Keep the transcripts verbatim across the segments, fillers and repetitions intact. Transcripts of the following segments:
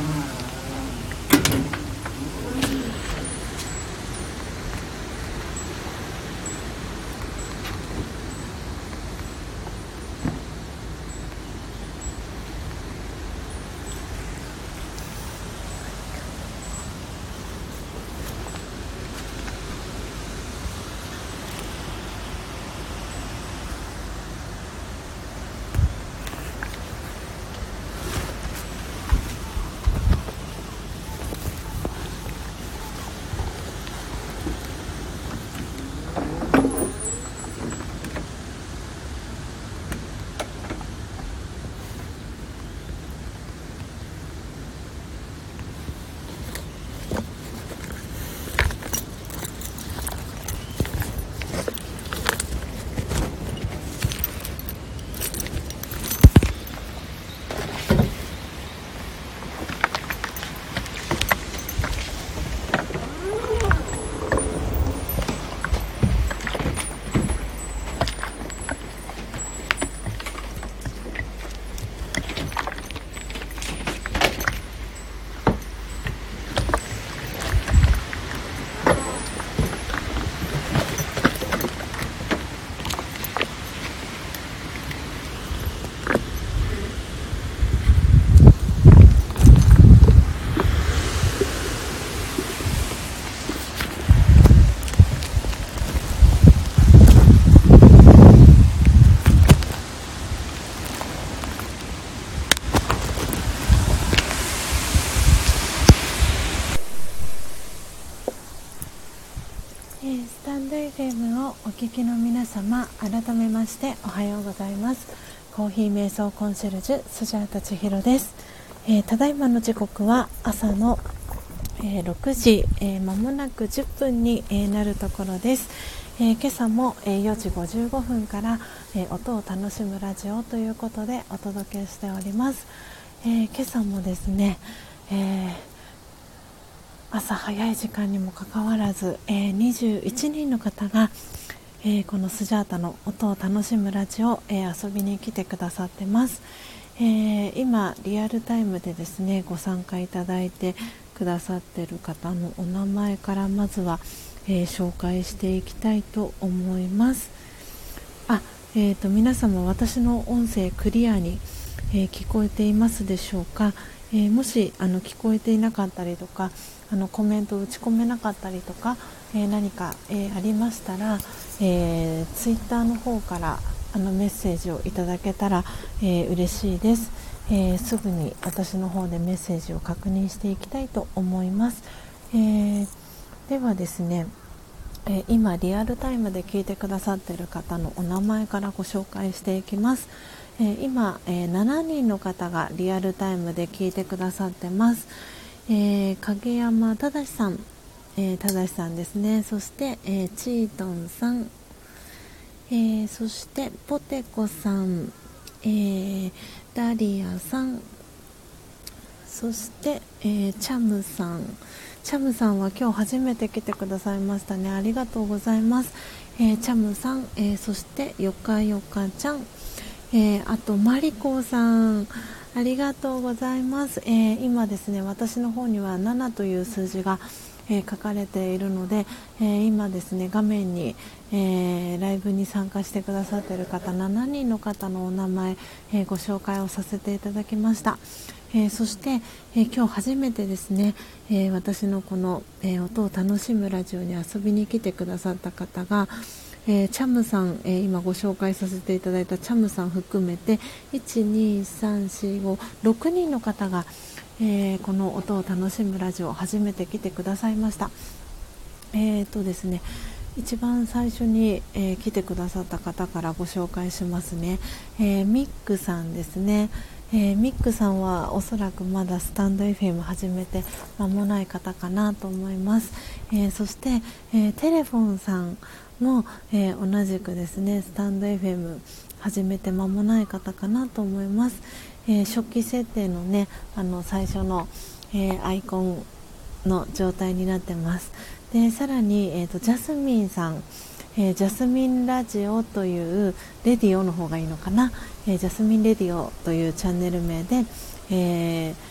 えー、スタンド エフエム をお聞きの皆様、改めましておはようございます。コーヒー瞑想コンシェルジュスジャータ千尋です。えー、ただいまの時刻は朝の、えー、ろくじ、えー、間もなくじゅっぷんに、えー、なるところです。えー、今朝も、えー、よじごじゅうごふんから、えー、音を楽しむラジオということでお届けしております。えー、今朝もですね、えー朝早い時間にもかかわらず、えー、にじゅういちにんの方が、えー、このスジャータの音を楽しむラジオ、えー、遊びに来てくださってます。えー、今リアルタイムでですねご参加いただいてくださっている方のお名前からまずは、えー、紹介していきたいと思います。あ、えーと、皆様私の音声クリアに、えー、聞こえていますでしょうか。えー、もしあの聞こえていなかったりとかあのコメントを打ち込めなかったりとか、えー、何か、えー、ありましたら、えー、ツイッターの方からあのメッセージをいただけたら、えー、嬉しいです。えー、すぐに私の方でメッセージを確認していきたいと思います。えー、ではですね、えー、今リアルタイムで聞いてくださっている方のお名前からご紹介していきます。えー、今、えー、しちにんの方がリアルタイムで聞いてくださってます。えー、影山正さん、えー、正さんですね。そして、えー、チートンさん、えー、そしてポテコさん、えー、ダリアさん、そして、えー、チャムさんチャムさんは今日初めて来てくださいましたね。ありがとうございます。えー、チャムさん、えー、そしてよかよかちゃん、えー、あとマリコさん、ありがとうございます。えー、今ですね私の方にはななという数字が、えー、書かれているので、えー、今ですね画面に、えー、ライブに参加してくださっている方しちにんの方のお名前、えー、ご紹介をさせていただきました。えー、そして、えー、今日初めてですね、えー、私のこの、えー、音を楽しむラジオに遊びに来てくださった方が、えー、チャムさん、えー、今ご紹介させていただいたチャムさん含めていち、に、さん、し、ご、ろくにんの方が、えー、この音を楽しむラジオ初めて来てくださいました。えーとですね一番最初に、えー、来てくださった方からご紹介しますね。えー、ミックさんですね。えー、ミックさんはおそらくまだスタンド エフエム 始めて間もない方かなと思います。えー、そして、えー、テレフォンさんも、えー、同じくですねスタンド エフエム 始めて間もない方かなと思います。えー、初期設定のねあの最初の、えー、アイコンの状態になってます。でさらに、えーと、ジャスミンさん、えー、ジャスミンラジオというレディオの方がいいのかな、えー、ジャスミンレディオというチャンネル名で、えー、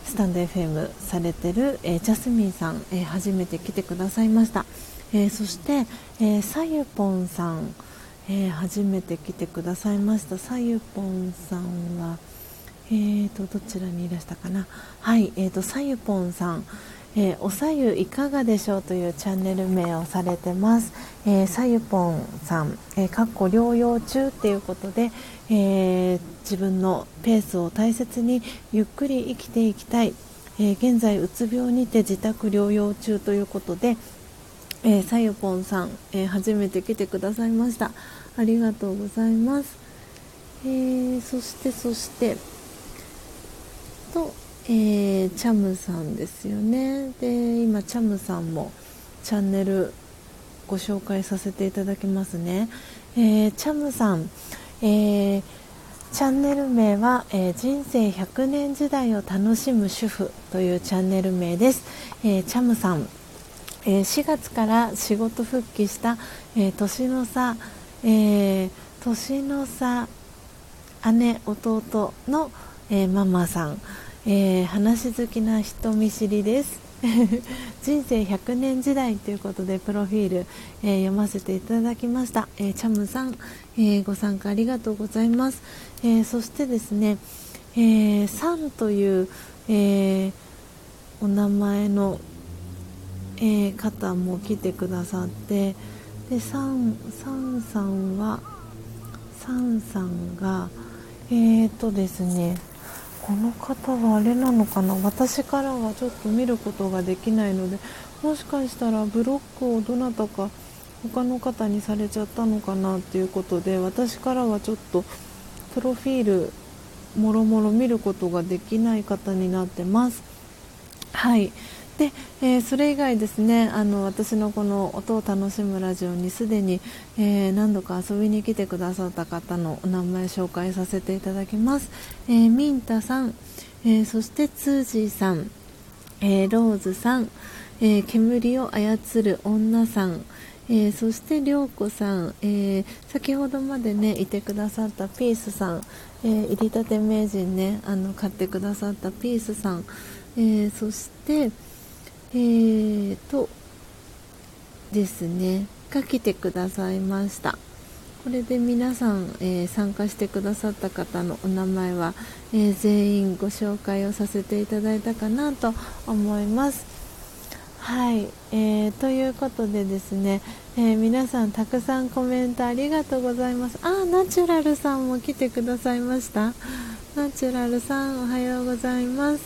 スタンド エフエム されてる、えー、ジャスミンさん、えー、初めて来てくださいました。えー、そして、えー、さゆぽんさん、えー、初めて来てくださいました。さゆぽんさんは、えーとどちらにいらしたかな。はい、えーとさゆぽんさん、えー、おさゆいかがでしょうというチャンネル名をされてます。えー、さゆぽんさん、えー、かっこ療養中っていうことで、えー、自分のペースを大切にゆっくり生きていきたい、えー、現在うつ病にて自宅療養中ということで、えー、さゆぽんさん、えー、初めて来てくださいました。ありがとうございます。えー、そしてそしてと、えー、チャムさんですよね。で、今チャムさんもチャンネルご紹介させていただきますね。えー、チャムさん、えー、チャンネル名は、えー、人生ひゃくねん時代を楽しむ主婦というチャンネル名です。えー、チャムさん、えー、しがつから仕事復帰した、えー、年の差、えー、年の差姉弟の、えー、ママさん、えー、話好きな人見知りです人生ひゃくねん時代ということでプロフィール、えー、読ませていただきました。えー、チャムさん、えー、ご参加ありがとうございます。えー、そしてですね、えー、サンという、えー、お名前の、えー、方も来てくださって、でサン、サンさんはサンさんがえーとですねこの方はあれなのかな、私からはちょっと見ることができないので、もしかしたらブロックをどなたか他の方にされちゃったのかなということで、私からはちょっとプロフィールもろもろ見ることができない方になってます。はい。で、えー、それ以外ですね、あの私のこの音を楽しむラジオにすでに、えー、何度か遊びに来てくださった方のお名前紹介させていただきます。えー、ミンタさん、えー、そしてツージーさん、えー、ローズさん、えー、煙を操る女さん、えー、そしてりょうこさん、えー、先ほどまでねいてくださったピースさん、えー、入りたて名人ね、あの買ってくださったピースさん、えー、そしてえーとですねが来てくださいました。これで皆さん、えー、参加してくださった方のお名前は、えー、全員ご紹介をさせていただいたかなと思います。はい、えー、ということでですね、えー、皆さんたくさんコメントありがとうございます。あ、ナチュラルさんも来てくださいました。ナチュラルさんおはようございます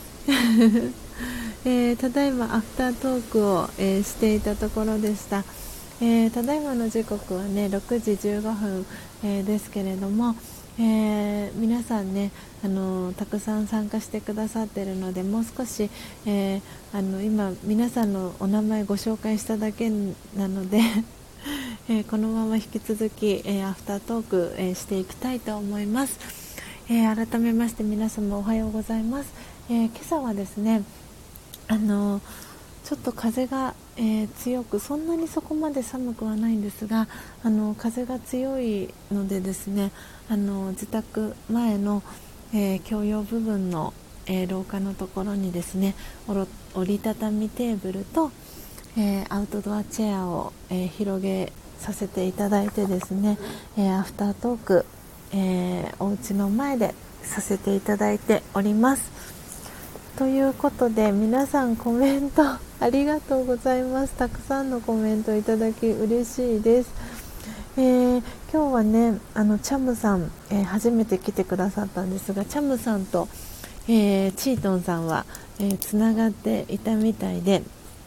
えー、ただいまアフタートークを、えー、していたところでした。えー、ただいまの時刻はねろくじじゅうごふん、えー、ですけれども、えー、皆さんね、あのー、たくさん参加してくださっているので、もう少し、えー、あの今皆さんのお名前ご紹介しただけなので、えー、このまま引き続き、えー、アフタートーク、えー、していきたいと思います。えー、改めまして皆様おはようございます。えー、今朝はですね、あのちょっと風が、えー、強く、そんなにそこまで寒くはないんですが、あの風が強いのでですね、あの自宅前の、えー、共用部分の、えー、廊下のところにですね、折りたたみテーブルと、えー、アウトドアチェアを、えー、広げさせていただいてですね、えー、アフタートーク、えー、お家の前でさせていただいております。ということで、皆さんコメントありがとうございます。たくさんのコメントいただき嬉しいです。えー、今日はね、あのチャムさん、えー、初めて来てくださったんですが、チャムさんと、えー、チートンさんは、えー、つながっていたみたいで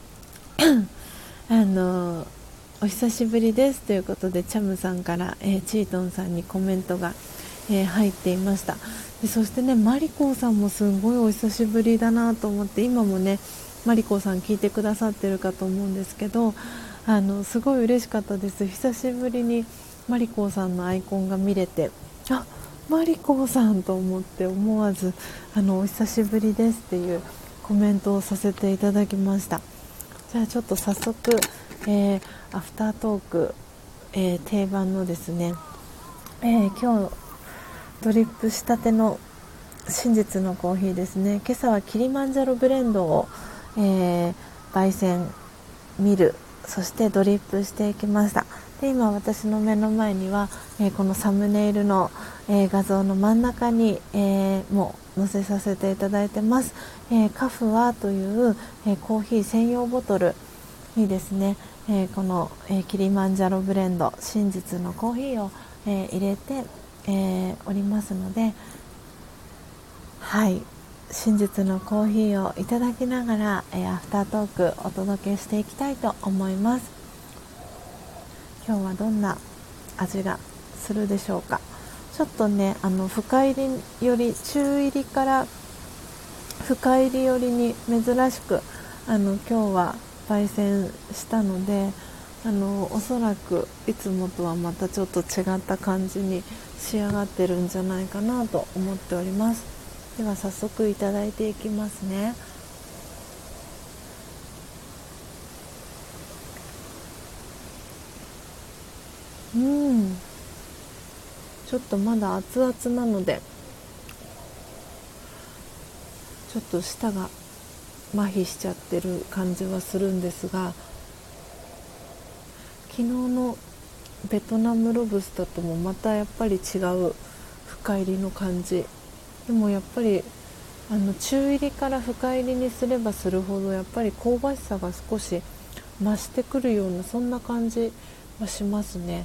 あのお久しぶりですということで、チャムさんから、えー、チートンさんにコメントが、えー、入っていました。でそしてね、マリコさんもすごいお久しぶりだなと思って、今もねマリコさん聞いてくださってるかと思うんですけど、あのすごい嬉しかったです。久しぶりにマリコさんのアイコンが見れて、あ、マリコさんと思って、思わずあのお久しぶりですっていうコメントをさせていただきました。じゃあちょっと早速、えー、アフタートーク、えー、定番のですね、えー、今日ドリップしたての、 真実のコーヒーですね。今朝はキリマンジャロブレンドを、えー、焙煎ミル、そしてドリップしていきました。で今私の目の前には、えー、このサムネイルの、えー、画像の真ん中に、えー、もう載せさせていただいてます、えー、カフワという、えー、コーヒー専用ボトルにですね、えー、この、えー、キリマンジャロブレンド真実のコーヒーを、えー、入れて、えー、おりますので、はい、真実のコーヒーをいただきながら、えー、アフタートークお届けしていきたいと思います。今日はどんな味がするでしょうか。ちょっとね、あの深入りより中入りから深入りよりに珍しくあの今日は焙煎したので、あのおそらくいつもとはまたちょっと違った感じに仕上がってるんじゃないかなと思っております。では早速いただいていきますね。うん、ちょっとまだ熱々なのでちょっと舌が麻痺しちゃってる感じはするんですが、昨日のベトナムロブスターともまたやっぱり違う深入りの感じ。でもやっぱりあの中入りから深入りにすればするほどやっぱり香ばしさが少し増してくるような、そんな感じはしますね。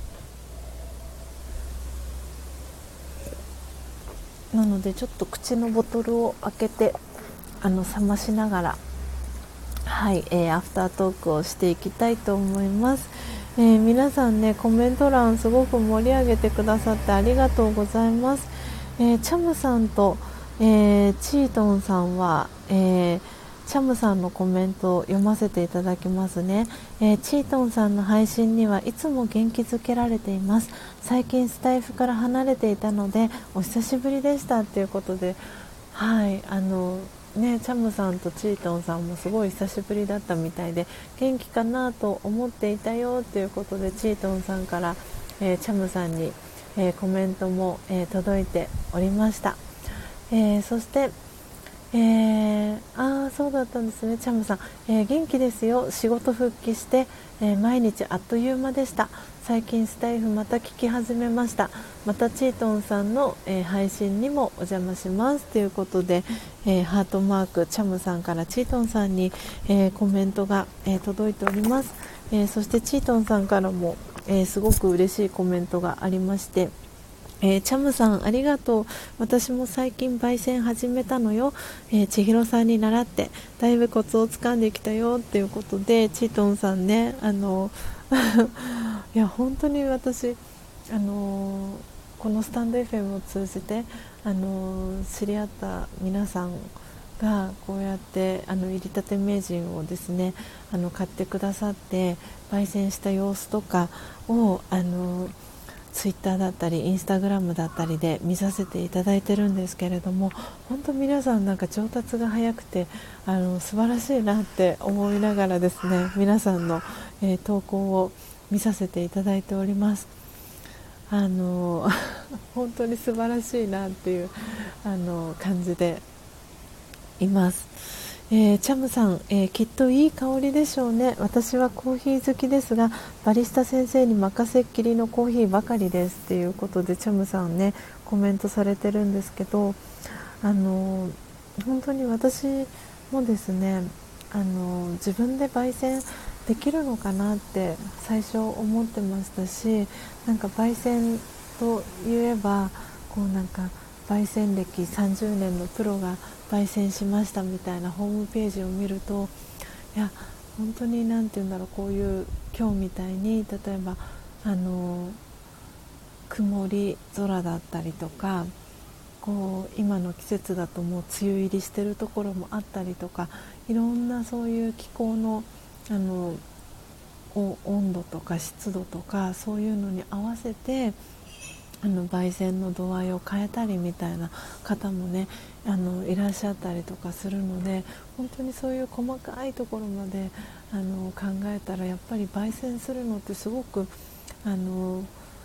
なのでちょっと口のボトルを開けてあの冷ましながら、はい、えー、アフタートークをしていきたいと思います。えー、皆さんね、コメント欄すごく盛り上げてくださってありがとうございます。えー、チャムさんと、えー、チートンさんは、えー、チャムさんのコメントを読ませていただきますね。えー、チートンさんの配信にはいつも元気づけられています。最近スタイフから離れていたのでお久しぶりでしたということで、はい、あのね、チャムさんとチートンさんもすごい久しぶりだったみたいで、元気かなと思っていたよということで、チートンさんから、えー、チャムさんに、えー、コメントも、えー、届いておりました。えー、そしてえー、あーそうだったんですね。チャムさん、えー、元気ですよ。仕事復帰して、えー、毎日あっという間でした。最近スタイフまた聞き始めました。またチートンさんの、えー、配信にもお邪魔しますということで、えー、ハートマークチャムさんからチートンさんに、えー、コメントが、えー、届いております。えー、そしてチートンさんからも、えー、すごく嬉しいコメントがありまして、えー、チャムさんありがとう。私も最近焙煎始めたのよ、えー、千尋さんに習ってだいぶコツをつかんできたよっていうことで、チートンさんね、あのいや本当に私、あのこのスタンド エフエム を通じて、あの知り合った皆さんがこうやってあの入りたて名人をですね、あの買ってくださって焙煎した様子とかをあのツイッターだったりインスタグラムだったりで見させていただいてるんですけれども、本当皆さんなんか上達が早くて、あの素晴らしいなって思いながらですね、皆さんの、えー、投稿を見させていただいております。あの本当に素晴らしいなっていうあの感じでいます。えー、チャムさん、えー、きっといい香りでしょうね。私はコーヒー好きですがバリスタ先生に任せっきりのコーヒーばかりですっていうことで、チャムさんねコメントされてるんですけど、あのー、本当に私もですね、あのー、自分で焙煎できるのかなって最初思ってましたし、なんか焙煎といえばこうなんか焙煎歴さんじゅうねんのプロが焙煎しましたみたいなホームページを見ると、いや本当に何て言うんだろう、こういう今日みたいに例えばあの曇り空だったりとか、こう今の季節だともう梅雨入りしてるところもあったりとか、いろんなそういう気候のあの温度とか湿度とかそういうのに合わせてあの焙煎の度合いを変えたりみたいな方もね、あのいらっしゃったりとかするので、本当にそういう細かいところまであの考えたら、やっぱり焙煎するのってすごくあの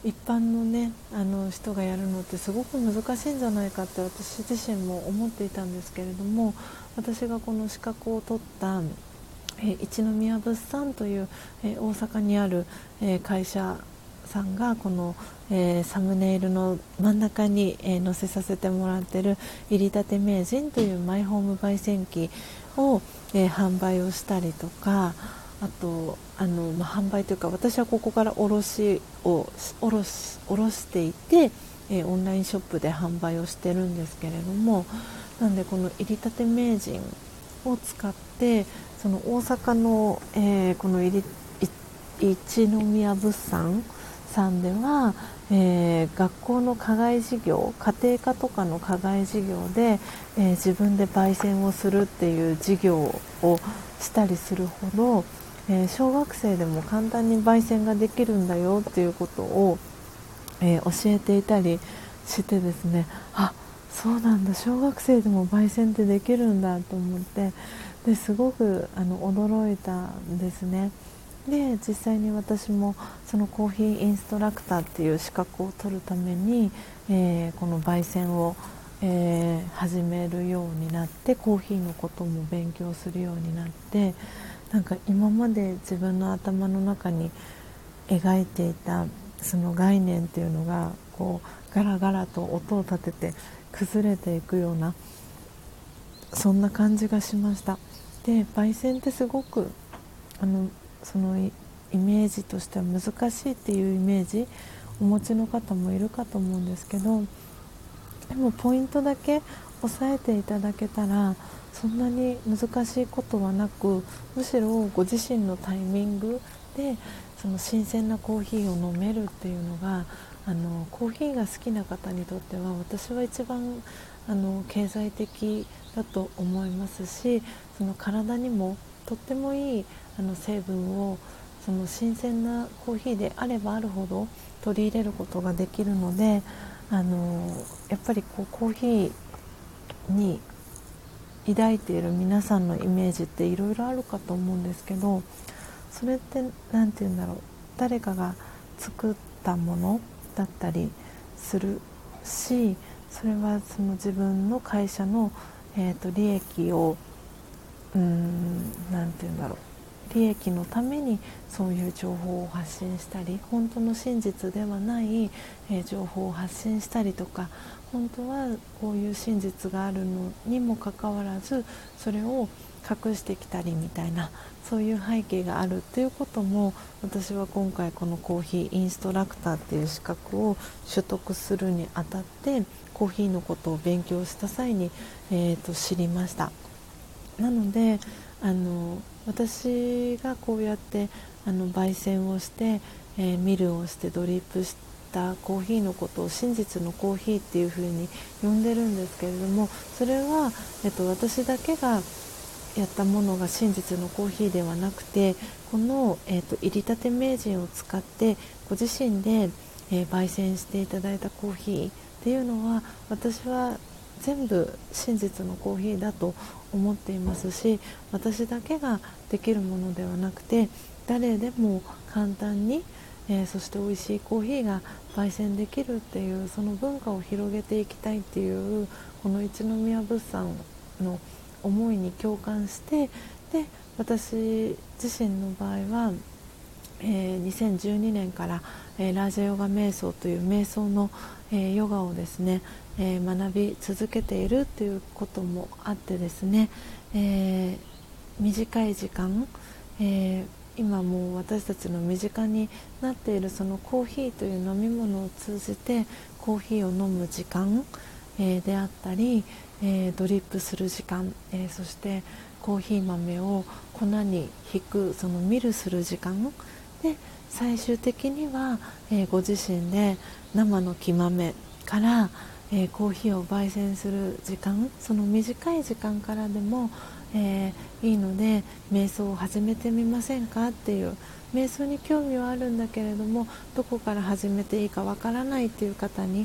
一般のねあの人がやるのってすごく難しいんじゃないかって私自身も思っていたんですけれども、私がこの資格を取ったえー一宮物産という、えー大阪にある、えー会社さんがこの、えーサムネイルの真ん中に、えー載せさせてもらっている入りたて名人というマイホーム焙煎機を、えー販売をしたりとか、あとあの、まあ、販売というか私はここから卸を卸し卸していて、えーオンラインショップで販売をしてるんですけれども、なんでこの入りたて名人を使ってその大阪の、えーこの入り一宮物産さんでは、えー学校の課外授業、家庭科とかの課外授業で、えー自分で焙煎をするっていう授業をしたりするほど、えー小学生でも簡単に焙煎ができるんだよっていうことを、えー教えていたりしてですね、あ、そうなんだ、小学生でも焙煎ってできるんだと思って、ですごくあの驚いたんですね。で実際に私もそのコーヒーインストラクターっていう資格を取るために、えーこの焙煎を、えー始めるようになって、コーヒーのことも勉強するようになって、なんか今まで自分の頭の中に描いていたその概念っていうのがこうガラガラと音を立てて崩れていくような、そんな感じがしました。で焙煎ってすごくあのそのイメージとしては難しいっていうイメージお持ちの方もいるかと思うんですけど、でもポイントだけ押さえていただけたらそんなに難しいことはなく、むしろご自身のタイミングでその新鮮なコーヒーを飲めるっていうのが、あのコーヒーが好きな方にとっては私は一番あの経済的だと思いますし、その体にもとってもいいあの成分をその新鮮なコーヒーであればあるほど取り入れることができるので、あのやっぱりこうコーヒーに抱いている皆さんのイメージっていろいろあるかと思うんですけど、それって何て言うんだろう、誰かが作ったものだったりするし、それはその自分の会社の、えーと利益をうーんなんて言うんだろう、利益のためにそういう情報を発信したり、本当の真実ではない、えー情報を発信したりとか、本当はこういう真実があるのにもかかわらずそれを隠してきたりみたいな、そういう背景があるっていうことも、私は今回このコーヒーインストラクターっていう資格を取得するにあたってコーヒーのことを勉強した際に、えーと知りました。なのであの私がこうやってあの焙煎をして、えーミルをしてドリップしたコーヒーのことを真実のコーヒーっていう風に呼んでるんですけれども、それは、えっと、私だけがやったものが真実のコーヒーではなくて、この、えーと、入りたて名人を使ってご自身で、えー焙煎していただいたコーヒーっていうのは、私は全部真実のコーヒーだと思っていますし、私だけができるものではなくて誰でも簡単に、えーそして美味しいコーヒーが焙煎できるっていう、その文化を広げていきたいっていうこの一宮物産の思いに共感して、で私自身の場合は、えーにせんじゅうにねんから、えーラージャヨガ瞑想という瞑想の、えーヨガをですね、えー学び続けているということもあってですね、えー短い時間、えー今もう私たちの身近になっているそのコーヒーという飲み物を通じてコーヒーを飲む時間、えーであったり、えードリップする時間、えーそしてコーヒー豆を粉にひくそのミルする時間で、最終的には、えーご自身で生の木豆から、えーコーヒーを焙煎する時間、その短い時間からでも、えーいいので瞑想を始めてみませんかっていう、瞑想に興味はあるんだけれどもどこから始めていいかわからないっていう方に、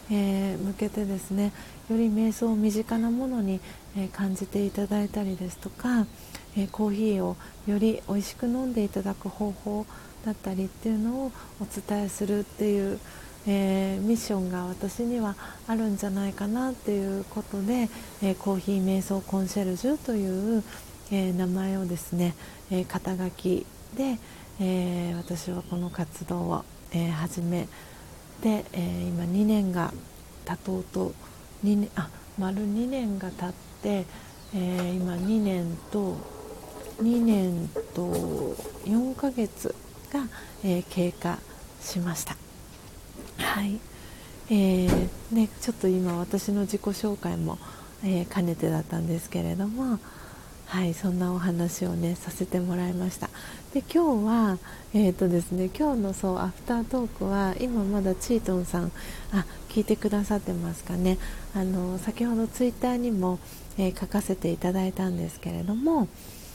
えー向けてですね、より瞑想を身近なものに、えー感じていただいたりですとか、えーコーヒーをより美味しく飲んでいただく方法だったりっていうのをお伝えするっていう、えーミッションが私にはあるんじゃないかなっていうことで、えーコーヒー瞑想コンシェルジュという、えー名前をですね、えー肩書きで、えー私はこの活動を、えー始めて、えー今にねんが経とうとにねんあ丸にねんが経って、えー今にねんとにねんとよんかげつが、えー経過しました。はい、えーね、ちょっと今私の自己紹介も、えー兼ねてだったんですけれども、はい、そんなお話をねさせてもらいました。で今日は、えーとですね、今日のそうアフタートークは今まだチートンさんあ聞いてくださってますかね。あの先ほどツイッターにも、えー書かせていただいたんですけれども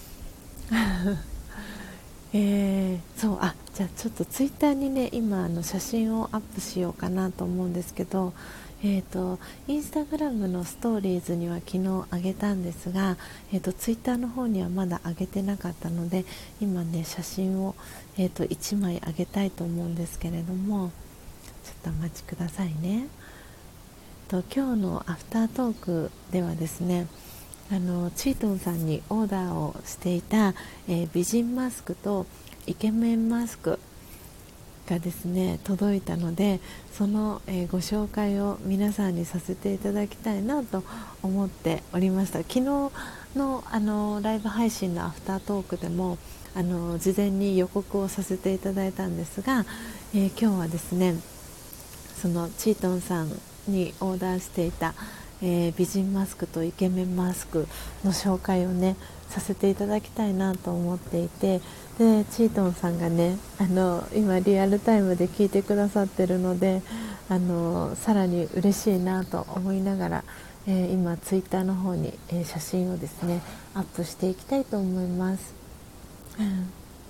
えー、そうあじゃあちょっとツイッターにね今あの写真をアップしようかなと思うんですけど、えーとインスタグラムのストーリーズには昨日上げたんですが、えーとツイッターの方にはまだ上げてなかったので今ね写真を、えーといちまい上げたいと思うんですけれども、ちょっとお待ちくださいね。と今日のアフタートークではですね、あのチートンさんにオーダーをしていた、えー美人マスクとイケメンマスクがですね届いたので、その、えーご紹介を皆さんにさせていただきたいなと思っておりました。昨日の、あのライブ配信のアフタートークでもあの事前に予告をさせていただいたんですが、えー今日はですねそのチートンさんにオーダーしていた、えー美人マスクとイケメンマスクの紹介をねさせていただきたいなと思っていて、でチートンさんがねあの今リアルタイムで聞いてくださってるので、あのさらに嬉しいなと思いながら、えー今ツイッターの方に、えー写真をですねアップしていきたいと思います。うん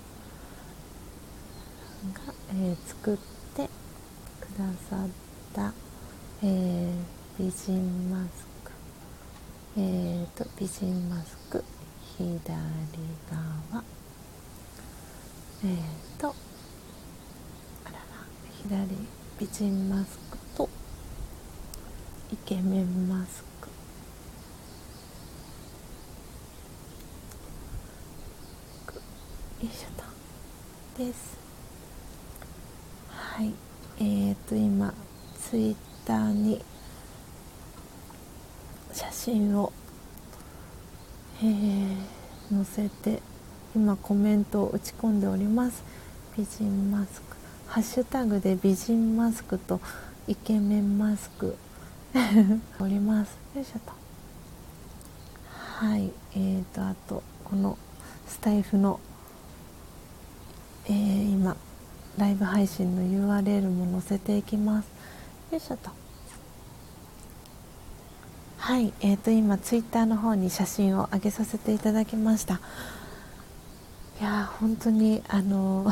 が、えー作ってくださった、えー美人マスク、えーと美人マスク左側、えーとあらら左美人マスクとイケメンマスク、よいしょとです。はい、えーと今ツイッターに写真を、えー載せて今コメントを打ち込んでおります。美人マスクハッシュタグで美人マスクとイケメンマスクおります。よいしょと。はい、えーとあとこのスタイフの、えー今ライブ配信の ユーアールエル も載せていきます。よいしょと。はい、えーと今ツイッターの方に写真を上げさせていただきました。いやー本当にあの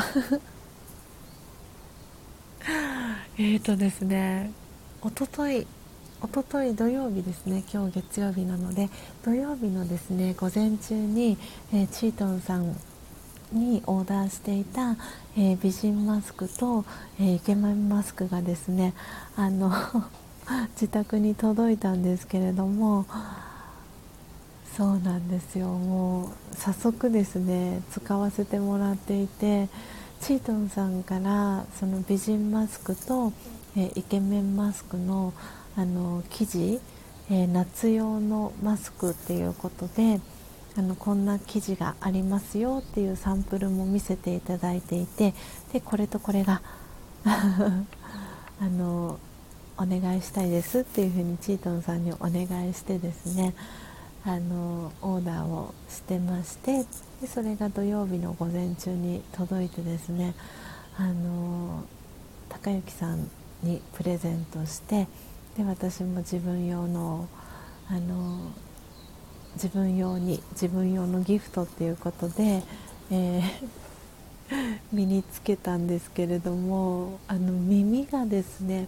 えーとですねおとといおととい土曜日ですね、今日月曜日なので土曜日のですね午前中に、えーチートンさんにオーダーしていた、えー美人マスクと、えーイケメンマスクがですねあの自宅に届いたんですけれども、そうなんですよ、もう早速ですね使わせてもらっていて、チートンさんからその美人マスクと、えーイケメンマスクの、あの生地、えー夏用のマスクっていうことで、あのこんな生地がありますよっていうサンプルも見せていただいていて、でこれとこれがあのお願いしたいですっていうふうにチートンさんにお願いしてですね、あのオーダーをしてまして、でそれが土曜日の午前中に届いてですね、あの高之さんにプレゼントして、で私も自分用のあの自分用に自分用のギフトっていうことで、えー身につけたんですけれども、あの耳がですね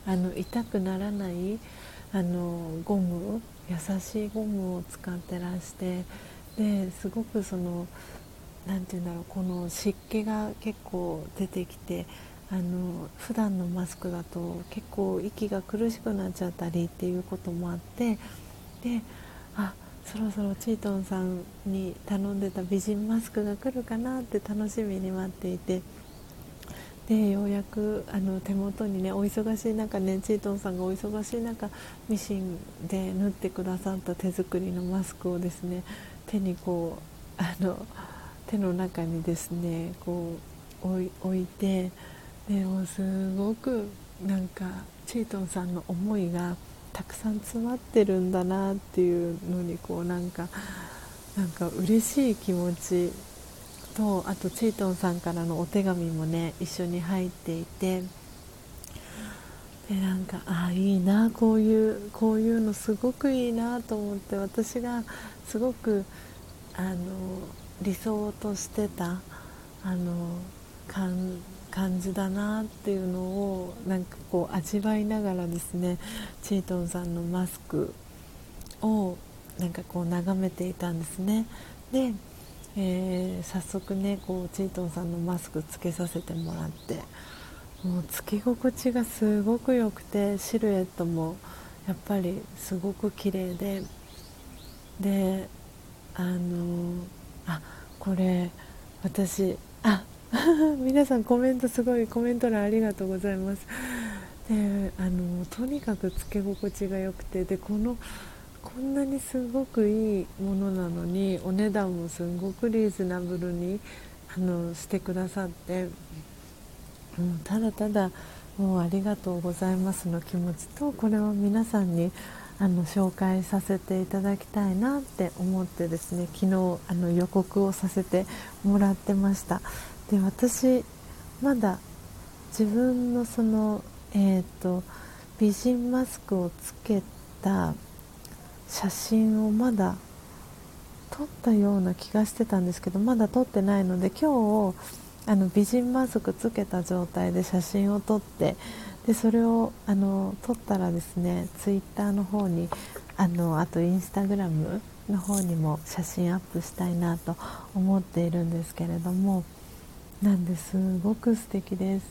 あの痛くならないあのゴム、優しいゴムを使ってらして、ですごくそのなんていうんだろう、この湿気が結構出てきて、あの普段のマスクだと結構息が苦しくなっちゃったりっていうこともあって、であそろそろチートンさんに頼んでた美人マスクが来るかなって楽しみに待っていて、でようやくあの手元にね、お忙しい中ね、チートンさんがお忙しい中ミシンで縫ってくださった手作りのマスクをですね、手にこうあの手の中にですねこう置い、置いて、でもうすごくなんかチートンさんの思いがたくさん詰まってるんだなっていうのに、こうなんかなんか嬉しい気持ちと、あとチートンさんからのお手紙もね一緒に入っていて、でなんかああいいな、こういうこういうのすごくいいなと思って、私がすごくあの理想としてたあの感感じだなっていうのをなんかこう味わいながらですね、チートンさんのマスクをなんかこう眺めていたんですね。で、えー早速ねこうチートンさんのマスクつけさせてもらって、もうつけ心地がすごく良くて、シルエットもやっぱりすごく綺麗で、であのあこれ私あ皆さんコメントすごいコメント欄ありがとうございます。であのとにかくつけ心地が良くて、でこのこんなにすごくいいものなのにお値段もすごくリーズナブルにあのしてくださって、うん、ただただもうありがとうございますの気持ちと、これを皆さんにあの紹介させていただきたいなって思ってですね、昨日あの予告をさせてもらってました。で私まだ自分のその、えーと、美人マスクをつけた写真をまだ撮ったような気がしてたんですけど、まだ撮ってないので、今日あの美人マスクつけた状態で写真を撮って、でそれをあの撮ったらですね、ツイッターの方にあのあとインスタグラムの方にも写真アップしたいなと思っているんですけれども、なんですごく素敵です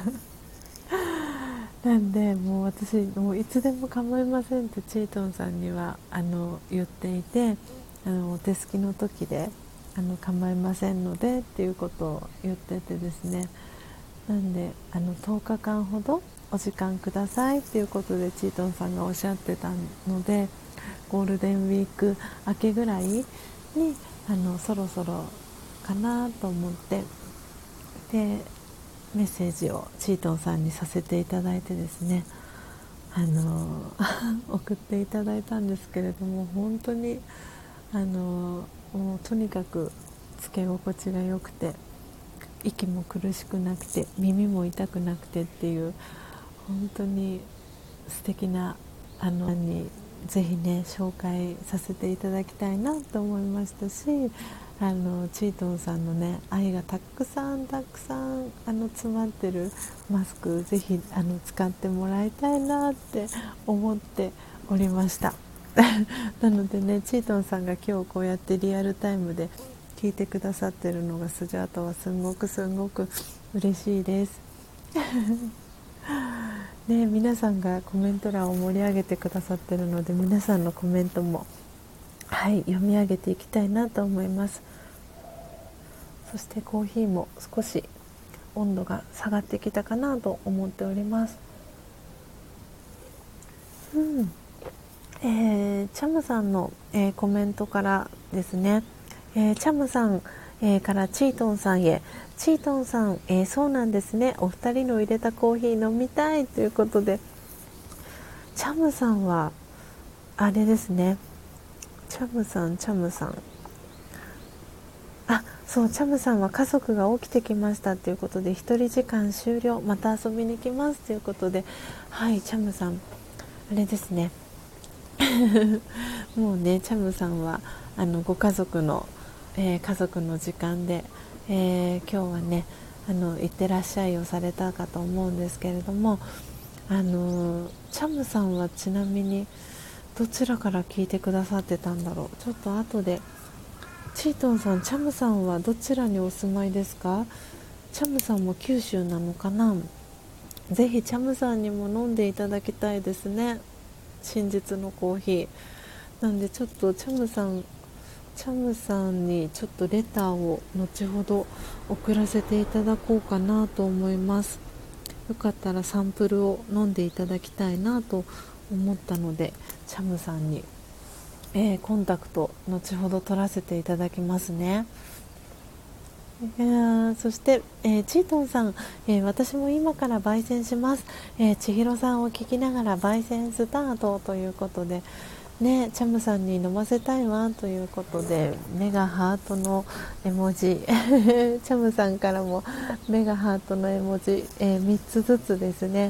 なんでもう私もういつでも構いませんってチートンさんにはあの言っていて、あのお手すきの時であの構いませんのでっていうことを言っててですね、なんであのとおかかんほどお時間くださいっていうことでチートンさんがおっしゃってたので、ゴールデンウィーク明けぐらいにあのそろそろかなと思って、でメッセージをチートンさんにさせていただいてですね、あの送っていただいたんですけれども、本当にあのもうとにかくつけ心地が良くて、息も苦しくなくて耳も痛くなくてっていう、本当に素敵なあのにぜひね紹介させていただきたいなと思いましたし、あのチートンさんのね愛がたくさんたくさんあの詰まってるマスク、ぜひあの使ってもらいたいなって思っておりましたなのでね、チートンさんが今日こうやってリアルタイムで聞いてくださってるのがスジャータはすんごくすんごく嬉しいですね、皆さんがコメント欄を盛り上げてくださってるので、皆さんのコメントも、はい、読み上げていきたいなと思います。そしてコーヒーも少し温度が下がってきたかなと思っております。うん、えー、チャムさんの、えー、コメントからですね、えー、チャムさん、えー、からチートンさんへ、チートンさん、えー、そうなんですね、お二人の入れたコーヒー飲みたいということで、チャムさんはあれですね、チャムさんチャムさんあ、そう、チャムさんは家族が起きてきましたということで、一人時間終了、また遊びに来ますということで、はい、チャムさんあれですねもうね、チャムさんはあのご家族の、えー、家族の時間で、えー、今日はねあの行ってらっしゃいをされたかと思うんですけれども、 あのチャムさんはちなみにどちらから聞いてくださってたんだろう。ちょっと後で。チートンさん、チャムさんはどちらにお住まいですか？チャムさんも九州なのかな。ぜひチャムさんにも飲んでいただきたいですね、真実のコーヒーなんで、ちょっとチャムさんチャムさんにちょっとレターを後ほど送らせていただこうかなと思います。よかったらサンプルを飲んでいただきたいなと思ったので、チャムさんに、えー、コンタクト後ほど取らせていただきますね。いやそして、えー、チートンさん、えー、私も今から焙煎します。えー、千尋さんを聞きながら焙煎スタートということでね、チャムさんに飲ませたいわということで、目がハートの絵文字チャムさんからも目がハートの絵文字、えー、みっつずつですね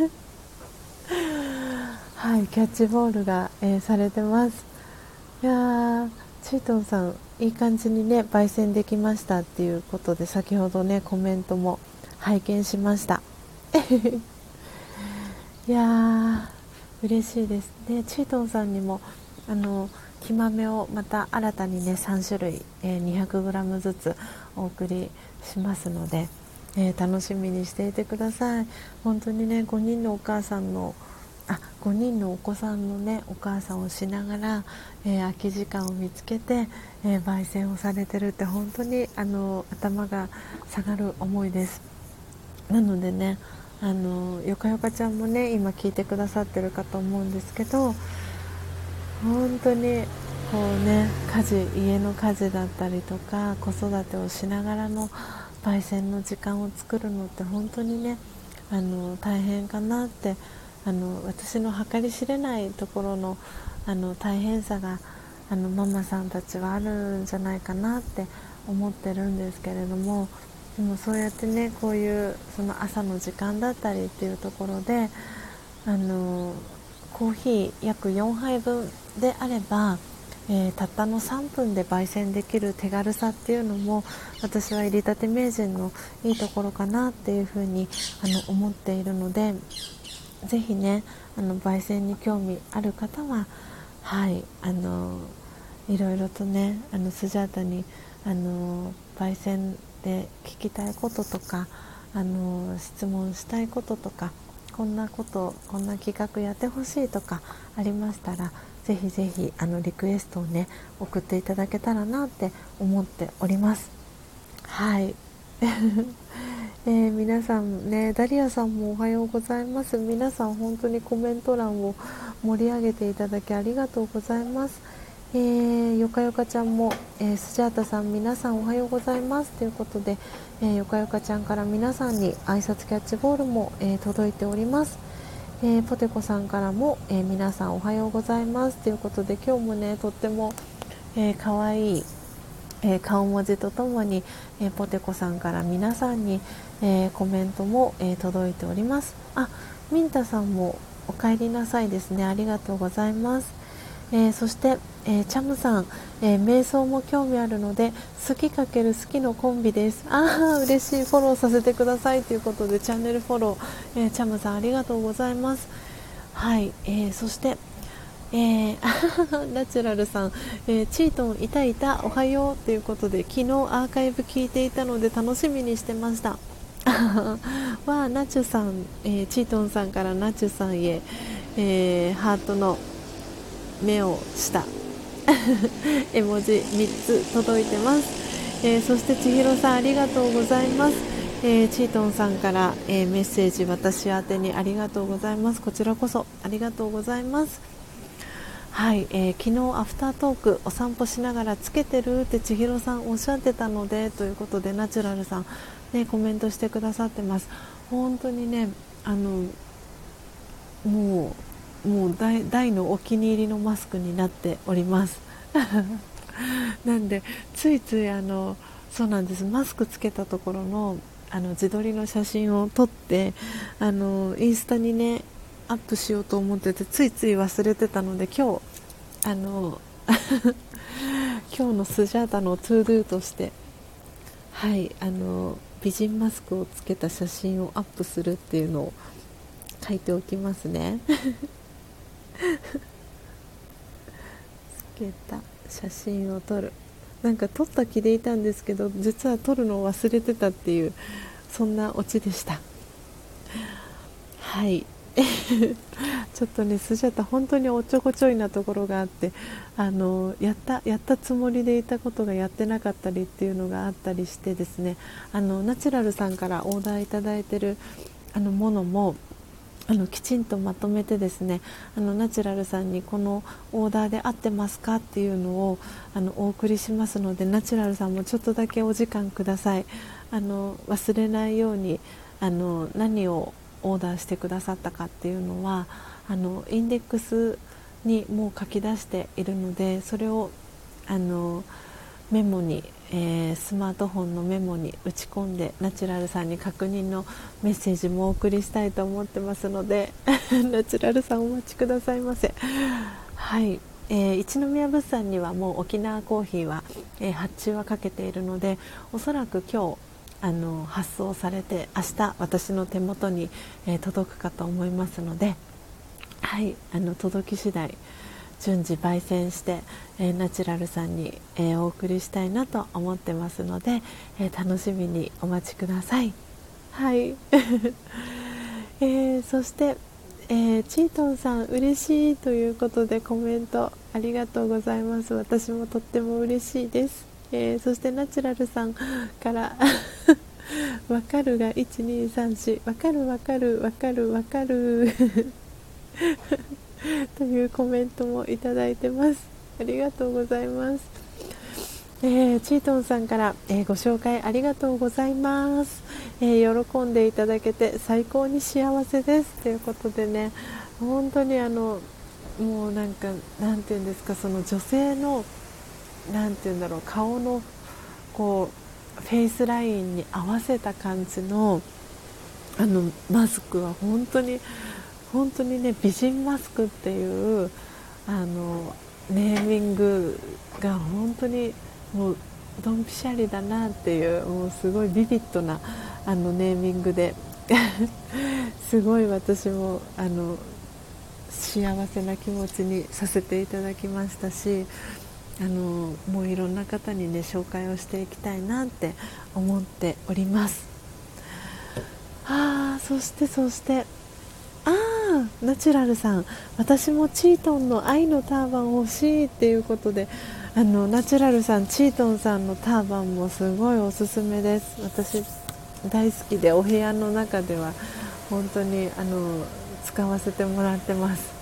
はい、キャッチボールが、えー、されてます。いやー、チートンさんいい感じにね焙煎できましたっていうことで、先ほどねコメントも拝見しましたいやー嬉しいですね。チートンさんにもあの木豆をまた新たにねさん種類、えー、にひゃくグラム ずつお送りしますので、えー、楽しみにしていてください。本当にねごにんのお母さんのあごにんのお子さんのねお母さんをしながら、えー、空き時間を見つけて、えー、焙煎をされてるって本当にあの頭が下がる思いです。なのでね、あのよかよかちゃんもね今聞いてくださってるかと思うんですけど、本当にこうね家事家の家事だったりとか子育てをしながらの焙煎の時間を作るのって本当にねあの大変かなって、あの私の計り知れないところの、あの大変さがあのママさんたちはあるんじゃないかなって思ってるんですけれども、でもそうやってねこういうその朝の時間だったりっていうところで、あのコーヒー約よんはいぶんであれば、えー、たったのさんぷんで焙煎できる手軽さっていうのも私は入りたて名人のいいところかなっていうふうにあの思っているので、ぜひねあの焙煎に興味ある方は、はいあのいろいろとねあのスジャータにあの焙煎で聞きたいこととか、あの質問したいこととか、こんなことこんな企画やってほしいとかありましたら、ぜひぜひあのリクエストをね送っていただけたらなって思っております。はいえー、皆さんね、ダリアさんもおはようございます。皆さん本当にコメント欄を盛り上げていただきありがとうございます。えー、よかよかちゃんも、えー、スジャータさん皆さんおはようございますということで、えー、よかよかちゃんから皆さんに挨拶キャッチボールも、えー、届いております。えー、ポテコさんからも、えー、皆さんおはようございますということで、今日もねとっても、えー、かわいいえー、顔文字とともに、えー、ポテコさんから皆さんに、えー、コメントも、えー、届いております。あ、ミンタさんもお帰りなさいですね、ありがとうございます。えー、そして、えー、チャムさん、えー、瞑想も興味あるので好きかける好きのコンビです。あー嬉しい、フォローさせてくださいということでチャンネルフォロー、えー、チャムさんありがとうございます。はい、えー、そしてえー、ナチュラルさん、えー、チートンいたいたおはようということで、昨日アーカイブ聞いていたので楽しみにしてましたわあ、ナチュさん、えー、チートンさんからナチュさんへ、えー、ハートの目をした絵文字みっつ届いてます。えー、そして千尋さんありがとうございます。えー、チートンさんから、えー、メッセージ私宛てにありがとうございます。こちらこそありがとうございます。はい、えー、昨日アフタートークお散歩しながらつけてるって千尋さんおっしゃってたのでということで、ナチュラルさん、ね、コメントしてくださってます。本当にねあのもうもう 大, 大のお気に入りのマスクになっておりますなんでついついあのそうなんです、マスクつけたところのあの自撮りの写真を撮ってあのインスタにねアップしようと思ってて、ついつい忘れてたので、今日あの今日のスジャータのトゥードゥとして、はい、あの美人マスクをつけた写真をアップするっていうのを書いておきますねつけた写真を撮る、なんか撮った気でいたんですけど実は撮るのを忘れてたっていう、そんなオチでした。はいちょっとねスジャタ本当におっちょこちょいなところがあって、あのやったやったつもりでいたことがやってなかったりっていうのがあったりしてですね、あのナチュラルさんからオーダーいただいてるあのものもあのきちんとまとめてですね、あのナチュラルさんにこのオーダーで合ってますかっていうのをあのお送りしますので、ナチュラルさんもちょっとだけお時間ください。あの忘れないようにあの何をオーダーしてくださったかっていうのはあのインデックスにもう書き出しているので、それをあのメモに、えー、スマートフォンのメモに打ち込んでナチュラルさんに確認のメッセージもお送りしたいと思ってますのでナチュラルさんお待ちくださいませ。はい、えー、一宮物産にはもう沖縄コーヒーは、えー、発注はかけているので、おそらく今日あの発送されて明日私の手元に、えー、届くかと思いますので、はい、あの届き次第順次焙煎して、えー、ナチュラルさんに、えー、お送りしたいなと思ってますので、えー、楽しみにお待ちください。はい、えー、そして、えー、チートンさん嬉しいということでコメントありがとうございます。私もとっても嬉しいです。えー、そしてナチュラルさんからわかるがいちにさんし、わかるわかるわかるわかるというコメントもいただいてます。ありがとうございます。えー、チートンさんから、えー、ご紹介ありがとうございます、えー、喜んでいただけて最高に幸せですということでね、本当にあのもうなんかなんていうんですか、その女性のなんていうんだろう、顔のこうフェイスラインに合わせた感じのあのマスクは本当に本当にね、美人マスクっていうあのネーミングが本当にもうドンピシャリだなっていう、もうすごいビビッドなあのネーミングですごい私もあの幸せな気持ちにさせていただきましたし、あのもういろんな方にね紹介をしていきたいなって思っております。あー、そしてそしてあーナチュラルさん、私もチートンの愛のターバン欲しいっていうことで、あのナチュラルさんチートンさんのターバンもすごいおすすめです。私大好きでお部屋の中では本当にあの使わせてもらってます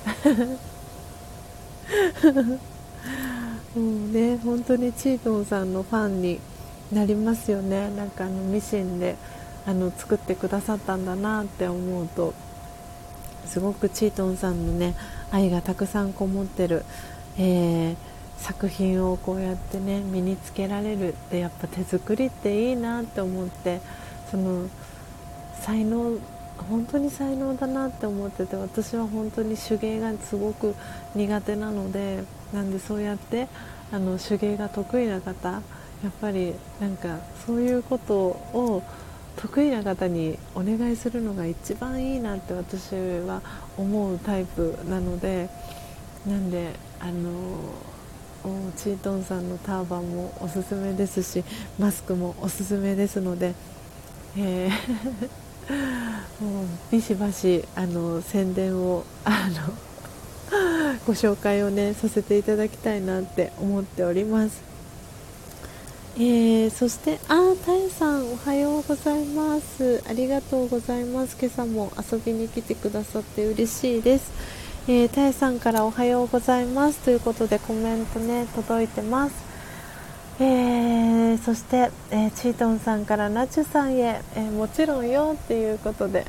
もうね、本当にチートンさんのファンになりますよね。なんかあのミシンであの作ってくださったんだなって思うと、すごくチートンさんのね愛がたくさんこもってる、えー、作品をこうやってね身につけられるって、やっぱ手作りっていいなって思って、その才能本当に才能だなって思ってて、私は本当に手芸がすごく苦手なので、なんでそうやってあの手芸が得意な方、やっぱりなんかそういうことを得意な方にお願いするのが一番いいなって私は思うタイプなので、なんであのチートンさんのターバンもおすすめですし、マスクもおすすめですので、えーもうビシバシあの宣伝をあのご紹介をねさせていただきたいなって思っております。えー、そしてあーたえさんおはようございます。ありがとうございます。今朝も遊びに来てくださって嬉しいです。えー、たえさんからおはようございますということでコメントね届いてます。えー、そして、えー、チートンさんからナチュさんへ、えー、もちろんよっていうことで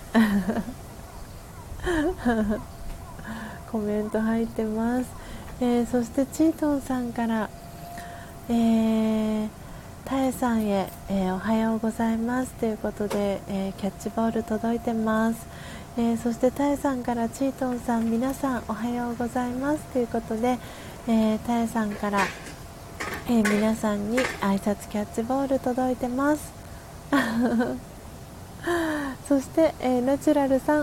コメント入ってます。えー、そしてチートンさんから、えー、タエさんへ、えー、おはようございますということで、えー、キャッチボール届いてます。えー、そしてタエさんからチートンさん皆さんおはようございますということで、えー、タエさんからえー、皆さんに挨拶キャッチボール届いてますそして、えー、ナチュラルさん、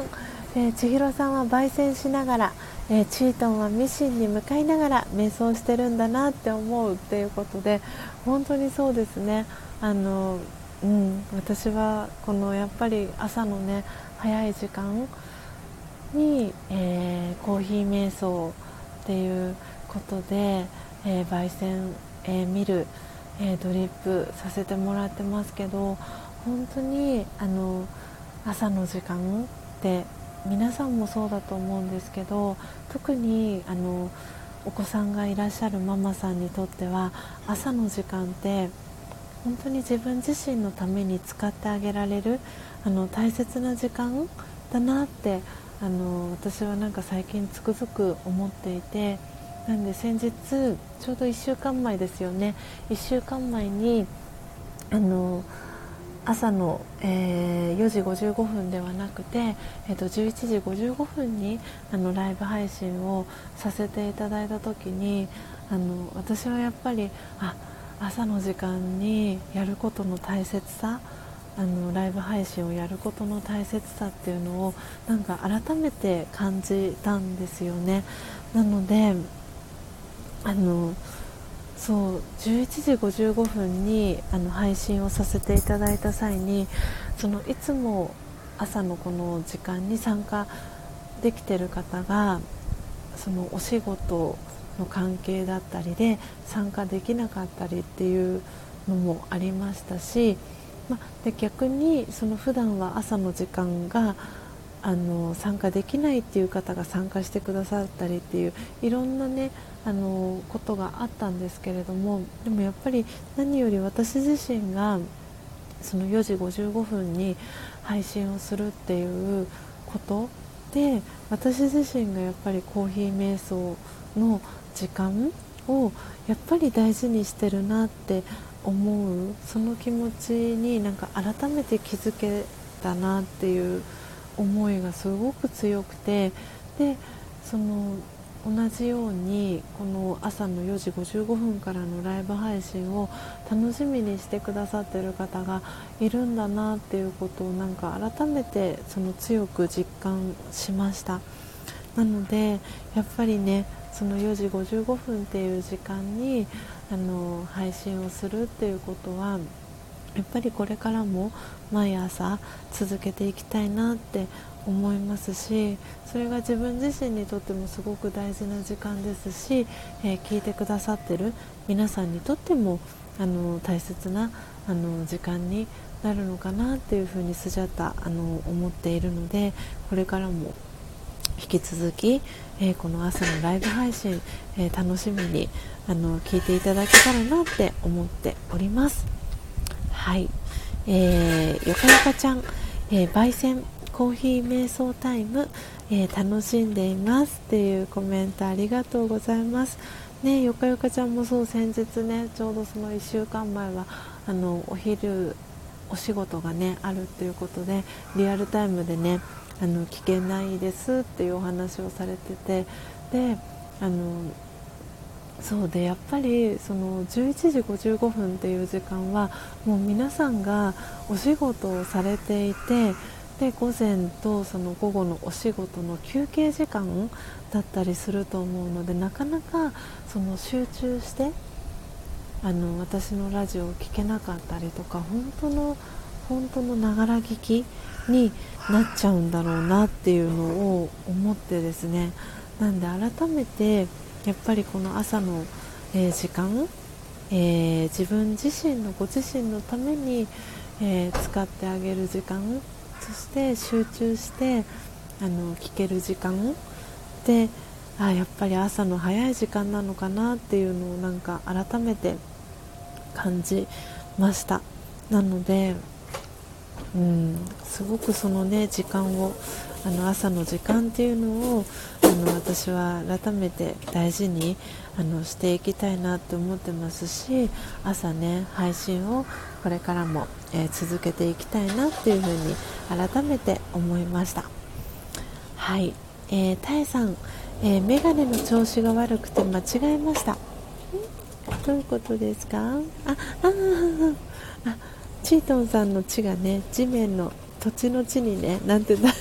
えー、千尋さんは焙煎しながら、えー、チートンはミシンに向かいながら瞑想してるんだなって思うっていうことで、本当にそうですね。あの、うん、私はこのやっぱり朝のね早い時間に、えー、コーヒー瞑想っていうことで、えー、焙煎、えー、見る、えー、ドリップさせてもらってますけど、本当にあの朝の時間って皆さんもそうだと思うんですけど、特にあのお子さんがいらっしゃるママさんにとっては朝の時間って本当に自分自身のために使ってあげられるあの大切な時間だなってあの私はなんか最近つくづく思っていて、なんで先日ちょうどいっしゅうかんまえですよね、いっしゅうかんまえにあの朝の、えー、よじごじゅうごふんではなくて、えー、とじゅういちじごじゅうごふんにあのライブ配信をさせていただいた時に、あの私はやっぱりあ朝の時間にやることの大切さ、あのライブ配信をやることの大切さっていうのをなんか改めて感じたんですよね。なのであのそうじゅういちじごじゅうごふんにあの配信をさせていただいた際に、そのいつも朝のこの時間に参加できている方がそのお仕事の関係だったりで参加できなかったりっていうのもありましたし、ま、で逆にその普段は朝の時間があの参加できないっていう方が参加してくださったりっていういろんなねあのことがあったんですけれども、でもやっぱり何より私自身がそのよじごじゅうごふんに配信をするっていうことで、私自身がやっぱりコーヒー瞑想の時間をやっぱり大事にしてるなって思う、その気持ちになんか改めて気づけたなっていう思いがすごく強くて、でその同じようにこの朝のよじごじゅうごふんからのライブ配信を楽しみにしてくださっている方がいるんだなっていうことをなんか改めてその強く実感しました。なのでやっぱりねそのよじごじゅうごふんっていう時間にあの配信をするっていうことはやっぱりこれからも毎朝続けていきたいなって思いますし、それが自分自身にとってもすごく大事な時間ですし、えー、聞いてくださってる皆さんにとってもあの大切なあの時間になるのかなっていうふうにスジャタあの思っているので、これからも引き続き、えー、この朝のライブ配信、えー、楽しみにあの聞いていただけたらなって思っております。はい、えー、よかよかちゃん、えー、焙煎コーヒー瞑想タイム、えー、楽しんでいますっていうコメントありがとうございますね。よかよかちゃんもそう、先日ねちょうどそのいっしゅうかんまえはあのお昼お仕事がねあるっていうことでリアルタイムでねあの聞けないですっていうお話をされてて、であのそうでやっぱりそのじゅういちじごじゅうごふんっていう時間はもう皆さんがお仕事をされていて、で午前とその午後のお仕事の休憩時間だったりすると思うので、なかなかその集中してあの私のラジオを聞けなかったりとか、本当の本当のながら聞きになっちゃうんだろうなっていうのを思ってですね、なんで改めてやっぱりこの朝の、えー、時間、えー、自分自身のご自身のために、えー、使ってあげる時間、そして集中してあの聞ける時間で、あやっぱり朝の早い時間なのかなっていうのをなんか改めて感じました。なのでうん、すごくそのね時間をあの朝の時間っていうのをあの私は改めて大事にあのしていきたいなって思ってますし、朝ね配信をこれからも、えー、続けていきたいなっていうふうに改めて思いました。はい、えー、タエさん、えー、メガネの調子が悪くて間違えました。んどういうことですか？あああチートンさんの地がね地面の土地の地にねなんてだ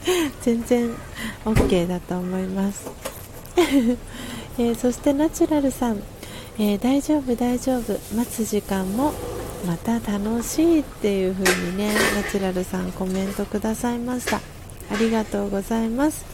全然 OK だと思います、えー、そしてナチュラルさん、えー、大丈夫大丈夫、待つ時間もまた楽しいっていう風にね、ナチュラルさんコメントくださいました。ありがとうございます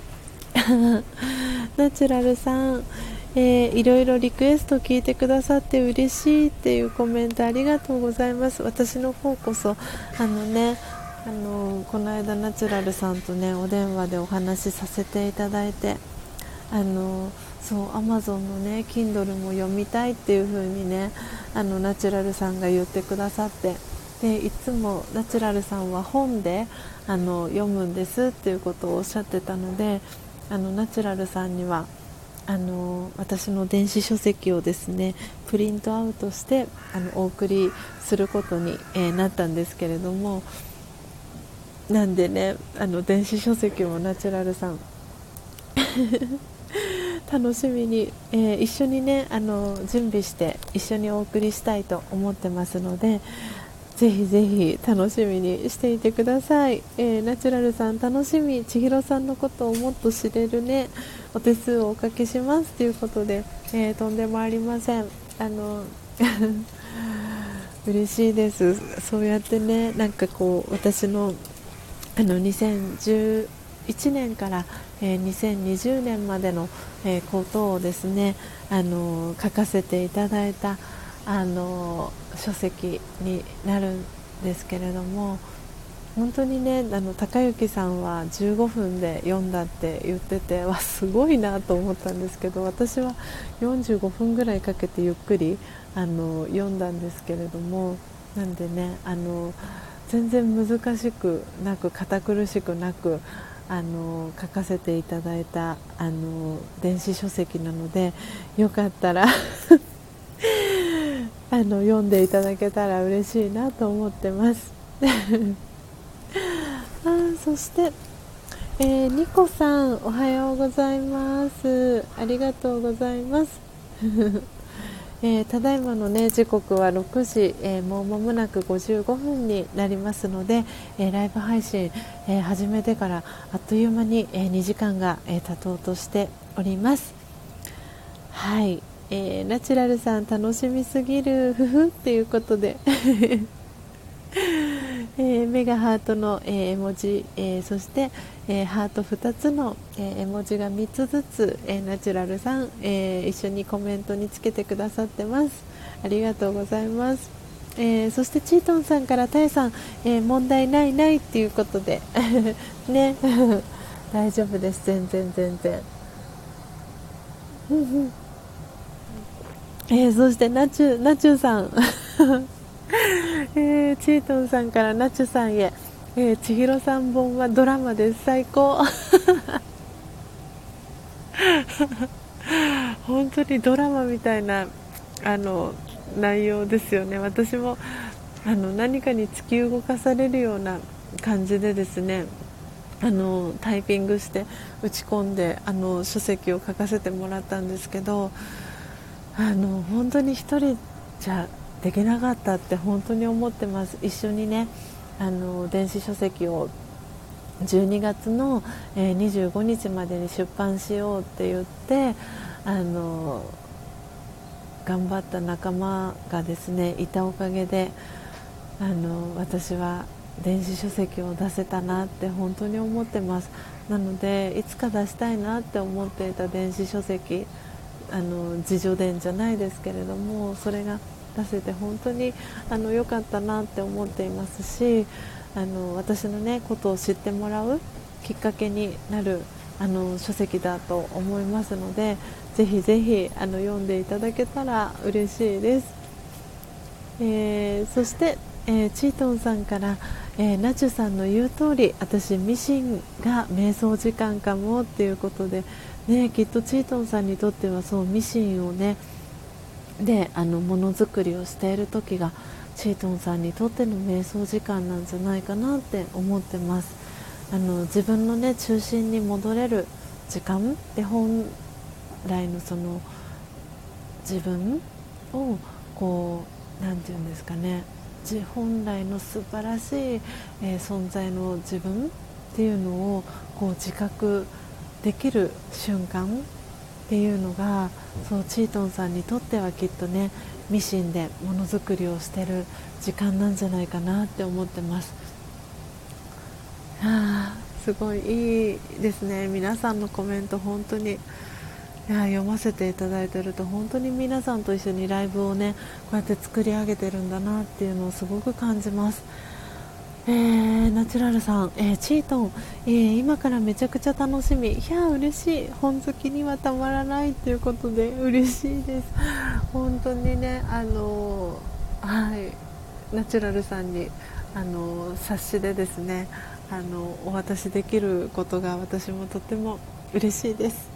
ナチュラルさん、えー、いろいろリクエスト聞いてくださって嬉しいっていうコメントありがとうございます。私の方こそあのね、あのこの間ナチュラルさんとねお電話でお話しさせていただいて、あのそう Amazon のね Kindle も読みたいっていう風にね、あのナチュラルさんが言ってくださって、でいつもナチュラルさんは本であの読むんですっていうことをおっしゃってたので、あのナチュラルさんにはあの私の電子書籍をですねプリントアウトしてあのお送りすることに、えー、なったんですけれども、なんでね、あの電子書籍もナチュラルさん楽しみに、えー、一緒にねあの準備して一緒にお送りしたいと思ってますので、ぜひぜひ楽しみにしていてください、えー、ナチュラルさん楽しみ、千尋さんのことをもっと知れるねお手数をおかけしますということで、えー、とんでもありません。あの嬉しいです。そうやってね、なんかこう私のあのにせんじゅういちねんから、えー、にせんにじゅうねんまでの、えー、ことをですね、あの書かせていただいたあの書籍になるんですけれども、本当にね、あの高幸さんはじゅうごふんで読んだって言ってて、わすごいなと思ったんですけど、私はよんじゅうごふんぐらいかけてゆっくりあの読んだんですけれども、なんでね、あの全然難しくなく堅苦しくなくあの書かせていただいたあの電子書籍なので、よかったらあの読んでいただけたら嬉しいなと思ってますあ、そして、えー、ニコさんおはようございます。ありがとうございますえー、ただいまの、ね、時刻はろくじ、えー、もう間もなくごじゅうごふんになりますので、えー、ライブ配信、えー、始めてからあっという間に、えー、にじかんが、えー、経とうとしております。はい、えー、ナチュラルさん楽しみすぎるふふっていうことでえー、目がハートの、えー、絵文字、えー、そして、えー、ハートふたつの、えー、絵文字がみっつずつ、えー、ナチュラルさん、えー、一緒にコメントにつけてくださってます。ありがとうございます。えー、そしてチートンさんからタイさん、えー、問題ないないっていうことでね大丈夫です、全然全然えー、そしてナチュナチュさんえー、チートンさんからナチュさんへ、えー、千尋さん本はドラマです、最高本当にドラマみたいなあの内容ですよね。私もあの何かに突き動かされるような感じでですね、あのタイピングして打ち込んであの書籍を書かせてもらったんですけど、あの本当に一人じゃできなかったって本当に思ってます。一緒にねあの電子書籍をじゅうにがつの、えー、にじゅうごにちまでに出版しようって言ってあの頑張った仲間がですねいたおかげで、あの私は電子書籍を出せたなって本当に思ってます。なのでいつか出したいなって思っていた電子書籍、あの自助伝じゃないですけれども、それが出せて本当にあの良かったなって思っていますし、あの私の、ね、ことを知ってもらうきっかけになるあの書籍だと思いますので、ぜひぜひあの読んでいただけたら嬉しいです。えー、そして、えー、チートンさんから、えー、ナチュさんの言う通り私ミシンが瞑想時間かもっていうことで、ね、きっとチートンさんにとってはそうミシンをねであのものづくりをしている時がチートンさんにとっての瞑想時間なんじゃないかなって思ってます。あの自分の、ね、中心に戻れる時間で本来のその自分をこうなんていうんですかね、本来の素晴らしい、えー、存在の自分っていうのをこう自覚できる瞬間っていうのが、そうチートンさんにとってはきっとね、ミシンでものづくりをしてる時間なんじゃないかなって思ってます。あーすごいいいですね。皆さんのコメント本当に、いや読ませていただいてると、本当に皆さんと一緒にライブをねこうやって作り上げてるんだなっていうのをすごく感じます。えー、ナチュラルさん、えー、チートン、えー、今からめちゃくちゃ楽しみ、いや嬉しい、本好きにはたまらないということで嬉しいです。本当にね、あのー、はいナチュラルさんにあのー、冊子でですね、あのー、お渡しできることが私もとても嬉しいです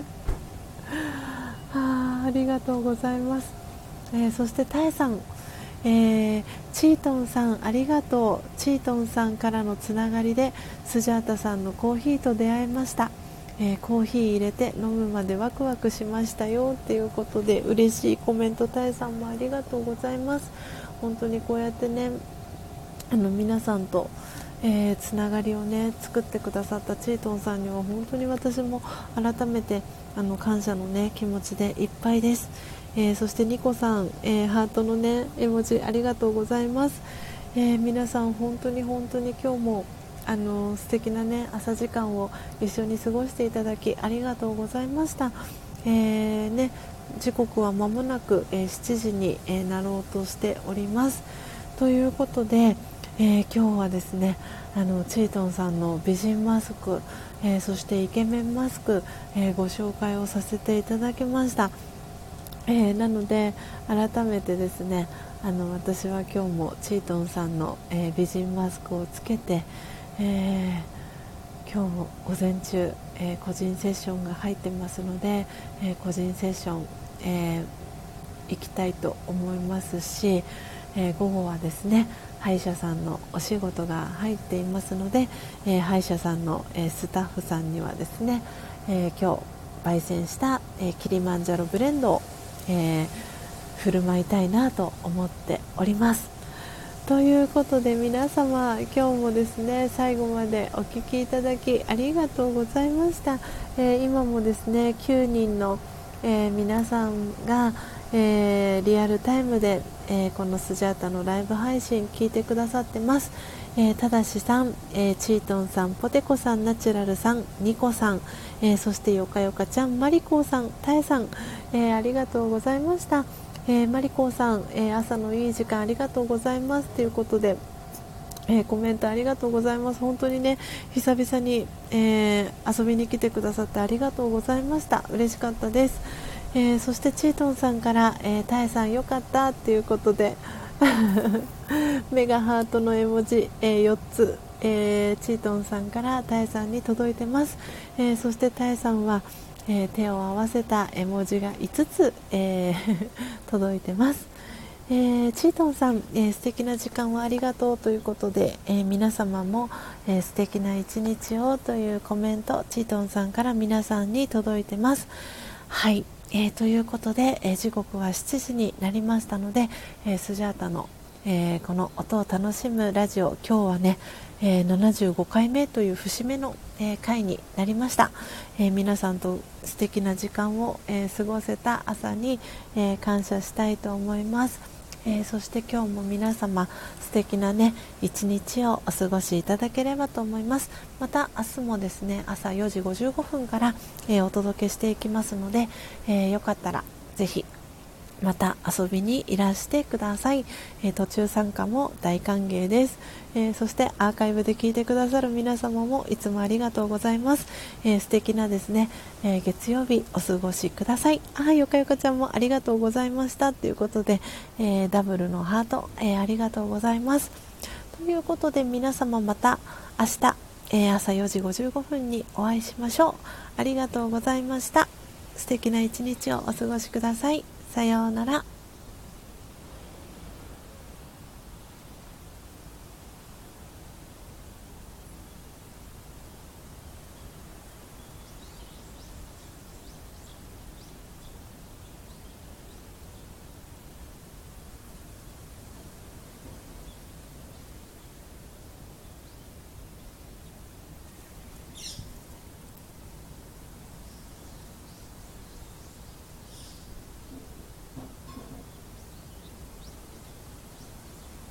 あ, ありがとうございます。えー、そしてタエさん、えー、チートンさんありがとう。チートンさんからのつながりでスジャータさんのコーヒーと出会いました。えー、コーヒー入れて飲むまでワクワクしましたよっていうことで、嬉しいコメント、タエさんもありがとうございます。本当にこうやってね、あの皆さんと、えー、つながりをね作ってくださったチートンさんには本当に私も改めてあの感謝のね気持ちでいっぱいです。えー、そしてニコさん、えー、ハートのね絵文字ありがとうございます。えー、皆さん本当に本当に今日もあの素敵なね朝時間を一緒に過ごしていただきありがとうございました。えーね、時刻は間もなく、えー、しちじに、えー、なろうとしております。ということで、えー、今日はですねあのチートンさんの美人マスク、えー、そしてイケメンマスク、えー、ご紹介をさせていただきました。えー、なので改めてですね、あの私は今日もチートンさんの、えー、美人マスクをつけて、えー、今日も午前中、えー、個人セッションが入ってますので、えー、個人セッション、えー、行きたいと思いますし、えー、午後はですね歯医者さんのお仕事が入っていますので、えー、歯医者さんの、えー、スタッフさんにはですね、えー、今日焙煎した、えー、キリマンジャロブレンドをえー、振る舞いたいなと思っております。ということで皆様今日もですね最後までお聞きいただきありがとうございました。えー、今もですねきゅうにんの、えー、皆さんが、えー、リアルタイムで、えー、このスジャータのライブ配信聞いてくださってます。えー、ただしさん、えー、チートンさん、ポテコさん、ナチュラルさん、ニコさん、えー、そしてよかよかちゃん、マリコさん、タエさん、えー、ありがとうございました。えー、マリコさん、えー、朝のいい時間ありがとうございますということで、えー、コメントありがとうございます。本当にね久々に、えー、遊びに来てくださってありがとうございました。嬉しかったです。えー、そしてチートンさんから、えー、タエさんよかったということでメガハートの絵文字、えー、よっつ、えー、チートンさんからタエさんに届いてます。えー、そしてタエさんは、えー、手を合わせた絵文字がいつつ、えー、届いてます。えー、チートンさん、えー、素敵な時間をありがとうということで、えー、皆様も、えー、素敵な一日をというコメントチートンさんから皆さんに届いてます。はい、えー、ということで、えー、時刻はしちじになりましたので、えー、スジャータの、えー、この音を楽しむラジオ今日はね、えー、ななじゅうごかいめという節目の、えー、回になりました。えー、皆さんと素敵な時間を、えー、過ごせた朝に、えー、感謝したいと思います。えー、そして今日も皆様素敵なね一日をお過ごしいただければと思います。また明日もですね朝よじごじゅうごふんから、えー、お届けしていきますので、えー、よかったらぜひまた遊びにいらしてください。えー、途中参加も大歓迎です。えー、そしてアーカイブで聞いてくださる皆様もいつもありがとうございます。えー、素敵なですね、えー、月曜日お過ごしください。あ、よかよかちゃんもありがとうございましたということで、えー、ダブルのハート、えー、ありがとうございます。ということで皆様また明日、えー、朝よじごじゅうごふんにお会いしましょう。ありがとうございました。素敵な一日をお過ごしください。さようなら。